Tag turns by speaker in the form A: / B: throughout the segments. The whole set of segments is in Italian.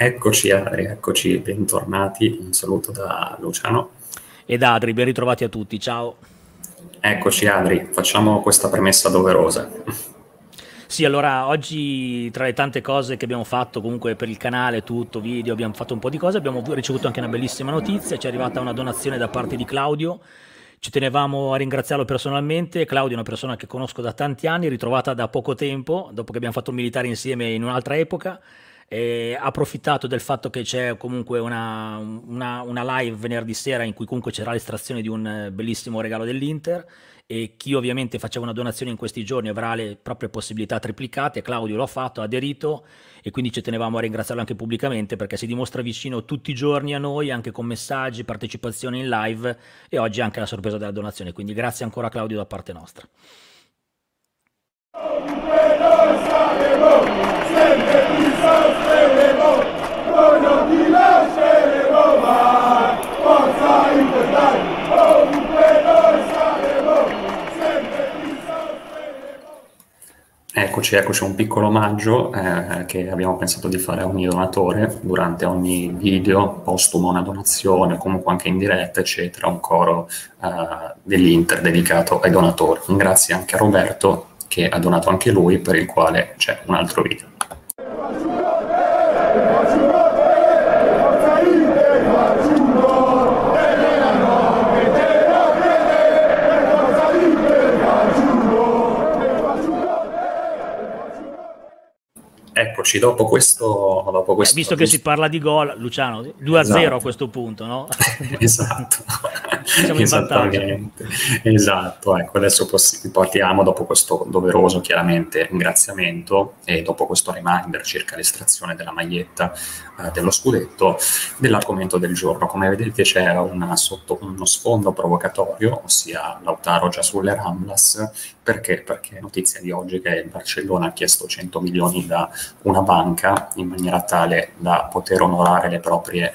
A: Eccoci Adri, eccoci, bentornati. Un saluto da Luciano.
B: Ed Adri, ben ritrovati a tutti, ciao.
A: Eccoci Adri, facciamo questa premessa doverosa.
B: Sì, allora oggi tra le tante cose che abbiamo fatto comunque per il canale, tutto, video, abbiamo fatto un po' di cose, abbiamo ricevuto anche una bellissima notizia, ci è arrivata una donazione da parte di Claudio, ci tenevamo a ringraziarlo personalmente. Claudio è una persona che conosco da tanti anni, ritrovata da poco tempo, dopo che abbiamo fatto il militare insieme in un'altra epoca, e ha approfittato del fatto che c'è comunque una live venerdì sera in cui comunque c'era l'estrazione di un bellissimo regalo dell'Inter, e chi ovviamente faceva una donazione in questi giorni avrà le proprie possibilità triplicate. Claudio lo ha fatto, ha aderito, e quindi ci tenevamo a ringraziarlo anche pubblicamente perché si dimostra vicino tutti i giorni a noi, anche con messaggi, partecipazioni in live, e oggi anche la sorpresa della donazione, quindi grazie ancora Claudio da parte nostra.
C: Sempre ti sosterremo, noi non ti lasceremo mai, forza Inter dai, ovunque noi saremo, sempre ti sosterremo.
A: Eccoci, un piccolo omaggio che abbiamo pensato di fare a ogni donatore durante ogni video, postumo una donazione, comunque anche in diretta, eccetera, un coro dell'Inter dedicato ai donatori. Un grazie anche a Roberto, che ha donato anche lui, per il quale c'è un altro video. Eccoci, dopo
B: Visto che si parla di gol, Luciano, 2-0 a
A: esatto.
B: questo punto, no?
A: Esatto,
B: Siamo in vantaggio.
A: esattamente, esatto. Ecco, adesso partiamo dopo questo doveroso, chiaramente, ringraziamento e dopo questo reminder circa l'estrazione della maglietta dello scudetto, dell'argomento del giorno. Come vedete c'è uno sfondo provocatorio, ossia Lautaro già sulle Ramblas. Perché? Perché è notizia di oggi che il Barcellona ha chiesto 100 milioni da una banca in maniera tale da poter onorare le proprie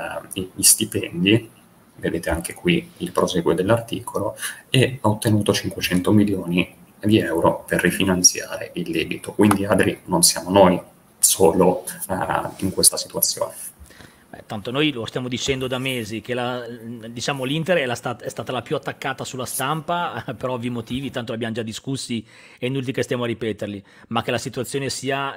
A: gli stipendi. Vedete anche qui il proseguo dell'articolo, e ha ottenuto 500 milioni di euro per rifinanziare il debito. Quindi Adri, non siamo noi solo in questa situazione.
B: Tanto noi lo stiamo dicendo da mesi che diciamo, l'Inter è stata la più attaccata sulla stampa per ovvi motivi, tanto l'abbiamo già discussi, è inutile che stiamo a ripeterli, ma che la situazione sia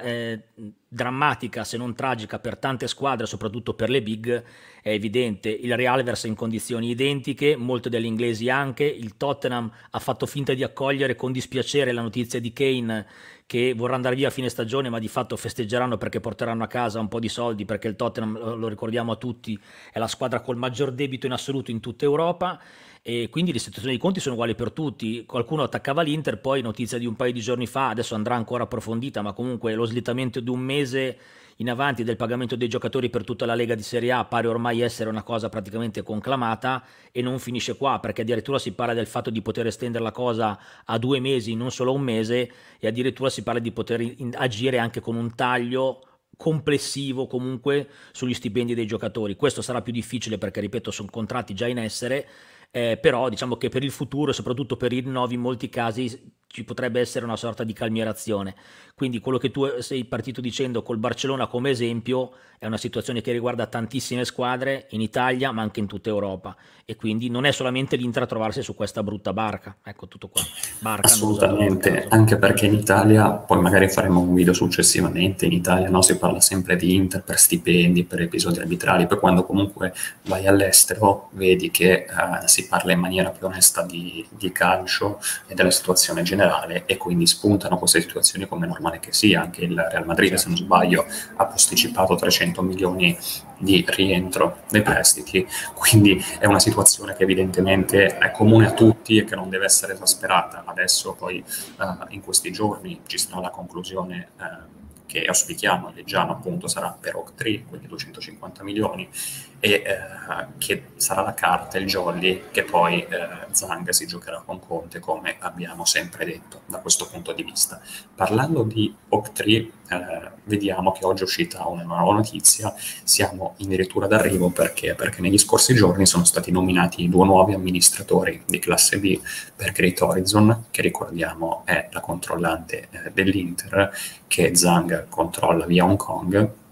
B: drammatica se non tragica per tante squadre, soprattutto per le big, è evidente. Il Real versa in condizioni identiche, molte delle inglesi anche. Il Tottenham ha fatto finta di accogliere con dispiacere la notizia di Kane, che vorrà andare via a fine stagione, ma di fatto festeggeranno perché porteranno a casa un po' di soldi, perché il Tottenham, lo ricordiamo a tutti, è la squadra col maggior debito in assoluto in tutta Europa, e quindi le situazioni di conti sono uguali per tutti. Qualcuno attaccava l'Inter, poi notizia di un paio di giorni fa, adesso andrà ancora approfondita, ma comunque lo slittamento di un mese in avanti del pagamento dei giocatori per tutta la Lega di Serie A pare ormai essere una cosa praticamente conclamata, e non finisce qua, perché addirittura si parla del fatto di poter estendere la cosa a 2 mesi, non solo a un mese, e addirittura si parla di poter agire anche con un taglio complessivo comunque sugli stipendi dei giocatori. Questo sarà più difficile perché, ripeto, sono contratti già in essere, però diciamo che per il futuro e soprattutto per i rinnovi in molti casi ci potrebbe essere una sorta di calmierazione. Quindi quello che tu sei partito dicendo col Barcellona come esempio è una situazione che riguarda tantissime squadre in Italia ma anche in tutta Europa, e quindi non è solamente l'Inter a trovarsi su questa brutta barca. Ecco, tutto qua. Barca, hanno usato per
A: Assolutamente,
B: caso.
A: anche perché in Italia, poi magari faremo un video successivamente, in Italia no, si parla sempre di Inter per stipendi, per episodi arbitrali, poi quando comunque vai all'estero vedi che si parla in maniera più onesta di calcio e della situazione generale, e quindi spuntano queste situazioni come è normale che sia. Anche il Real Madrid, se non sbaglio, ha posticipato 300 milioni di rientro dei prestiti, quindi è una situazione che evidentemente è comune a tutti e che non deve essere esasperata. Adesso poi in questi giorni ci sarà la conclusione che auspichiamo, leggiamo appunto, sarà per Oak-Tree, quindi 250 milioni, e che sarà la carta, il jolly, che poi Zhang si giocherà con Conte, come abbiamo sempre detto da questo punto di vista. Parlando di Oak-Tree, vediamo che oggi è uscita una nuova notizia, siamo addirittura d'arrivo, perché negli scorsi giorni sono stati nominati 2 nuovi amministratori di classe B per Great Horizon, che ricordiamo è la controllante dell'Inter, che Zhang controlla via Hong Kong,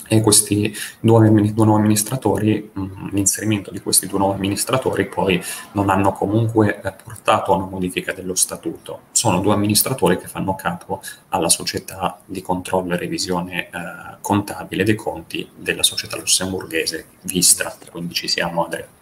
A: e questi due nuovi amministratori, l'inserimento di questi due nuovi amministratori poi non hanno comunque portato a una modifica dello statuto. Sono due amministratori che fanno capo alla società di controllo e revisione contabile dei conti della società lussemburghese Vistra, quindi ci siamo, Andrea.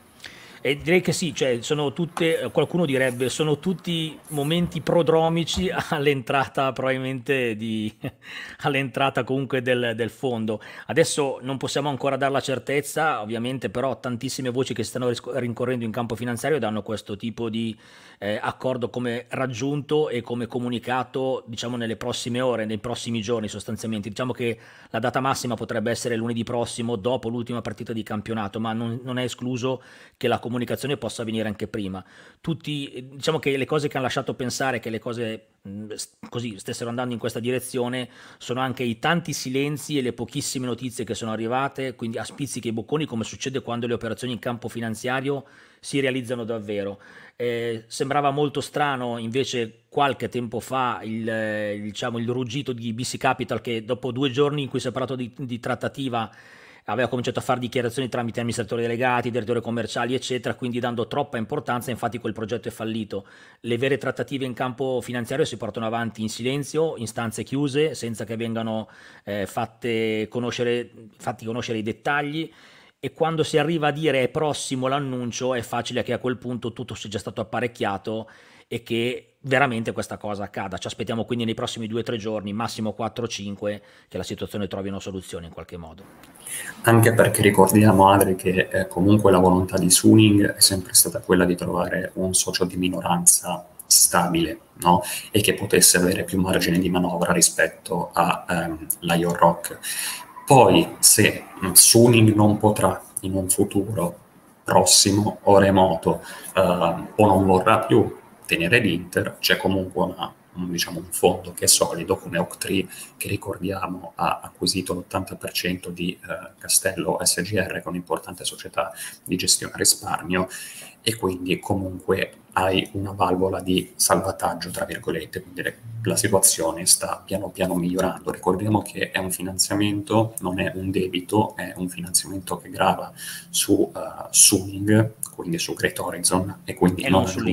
B: E direi che sì, cioè sono tutte, qualcuno direbbe, sono tutti momenti prodromici all'entrata probabilmente all'entrata comunque del fondo. Adesso non possiamo ancora dare la certezza, ovviamente, però tantissime voci che si stanno rincorrendo in campo finanziario danno questo tipo di accordo come raggiunto e come comunicato, diciamo, nelle prossime ore, nei prossimi giorni sostanzialmente. Diciamo che la data massima potrebbe essere lunedì prossimo, dopo l'ultima partita di campionato, ma non è escluso che la comunicazione possa avvenire anche prima. Tutti, diciamo che le cose che hanno lasciato pensare che le cose così stessero andando in questa direzione sono anche i tanti silenzi e le pochissime notizie che sono arrivate, quindi a spizzichi e bocconi, come succede quando le operazioni in campo finanziario si realizzano davvero. Sembrava molto strano invece qualche tempo fa diciamo, il ruggito di BC Capital, che dopo 2 giorni in cui si è parlato di trattativa aveva cominciato a fare dichiarazioni tramite amministratori delegati, direttori commerciali, eccetera, quindi dando troppa importanza. Infatti quel progetto è fallito. Le vere trattative in campo finanziario si portano avanti in silenzio, in stanze chiuse, senza che vengano fatti conoscere i dettagli, e quando si arriva a dire è prossimo l'annuncio è facile che a quel punto tutto sia già stato apparecchiato e che veramente questa cosa accada. Ci aspettiamo quindi nei prossimi 2 o 3 giorni, massimo 4 o 5, che la situazione trovi una soluzione in qualche modo.
A: Anche perché ricordiamo, Adri, che comunque la volontà di Suning è sempre stata quella di trovare un socio di minoranza stabile, no? E che potesse avere più margine di manovra rispetto alla Lion Rock. Poi, se Suning non potrà in un futuro prossimo o remoto o non vorrà più tenere l'Inter, c'è comunque diciamo, un fondo che è solido come Oaktree, che ricordiamo ha acquisito l'80% di Castello SGR, che è un'importante società di gestione risparmio, e quindi comunque hai una valvola di salvataggio, tra virgolette, quindi la situazione sta piano piano migliorando. Ricordiamo che è un finanziamento, non è un debito, è un finanziamento che grava su Suning, quindi su Great Horizon, e quindi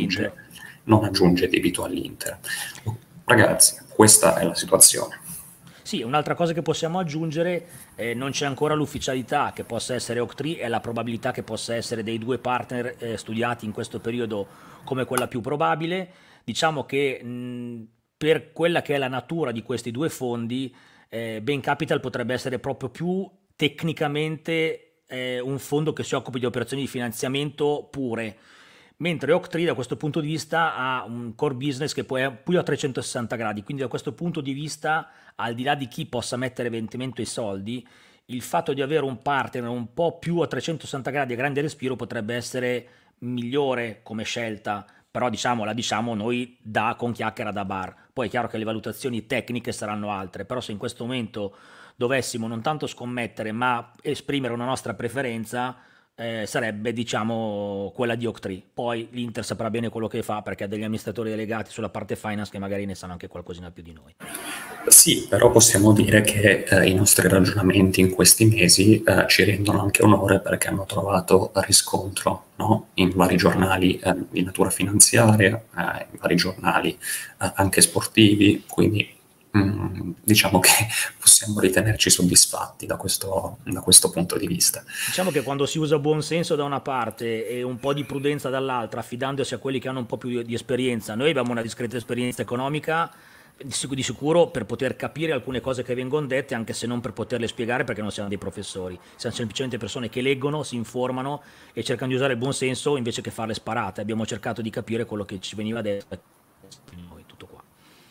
A: non aggiunge debito all'Inter. Ragazzi, questa è la situazione.
B: Sì, un'altra cosa che possiamo aggiungere, non c'è ancora l'ufficialità che possa essere Oaktree, è la probabilità che possa essere dei 2 partner studiati in questo periodo come quella più probabile. Diciamo che per quella che è la natura di questi 2 fondi, Bain Capital potrebbe essere proprio più tecnicamente un fondo che si occupi di operazioni di finanziamento pure, mentre Oaktree da questo punto di vista ha un core business che poi è più a 360 gradi, quindi da questo punto di vista, al di là di chi possa mettere eventualmente i soldi, il fatto di avere un partner un po' più a 360 gradi a grande respiro potrebbe essere migliore come scelta, però la diciamo noi con chiacchiera da bar. Poi è chiaro che le valutazioni tecniche saranno altre, però se in questo momento dovessimo non tanto scommettere ma esprimere una nostra preferenza, sarebbe diciamo quella di Oaktree. Poi l'Inter saprà bene quello che fa, perché ha degli amministratori delegati sulla parte finance che magari ne sanno anche qualcosina più di noi.
A: Sì, però possiamo dire che i nostri ragionamenti in questi mesi ci rendono anche onore, perché hanno trovato riscontro, no? In vari giornali di natura finanziaria, in vari giornali anche sportivi, quindi diciamo che possiamo ritenerci soddisfatti da questo punto di vista.
B: Diciamo che quando si usa buon senso da una parte e un po' di prudenza dall'altra, affidandosi a quelli che hanno un po' più di esperienza, noi abbiamo una discreta esperienza economica di sicuro per poter capire alcune cose che vengono dette, anche se non per poterle spiegare, perché non siamo dei professori, siamo semplicemente persone che leggono, si informano e cercano di usare il buon senso invece che farle sparate. Abbiamo cercato di capire quello che ci veniva detto. Tutto qua.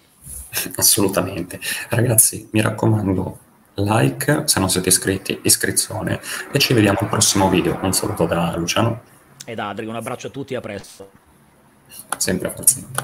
A: Assolutamente. Ragazzi, mi raccomando, like, se non siete iscritti, iscrizione, e ci vediamo al prossimo video. Un saluto da Luciano
B: e da Adri, un abbraccio a tutti e a presto.
A: sempre a Forza Inter.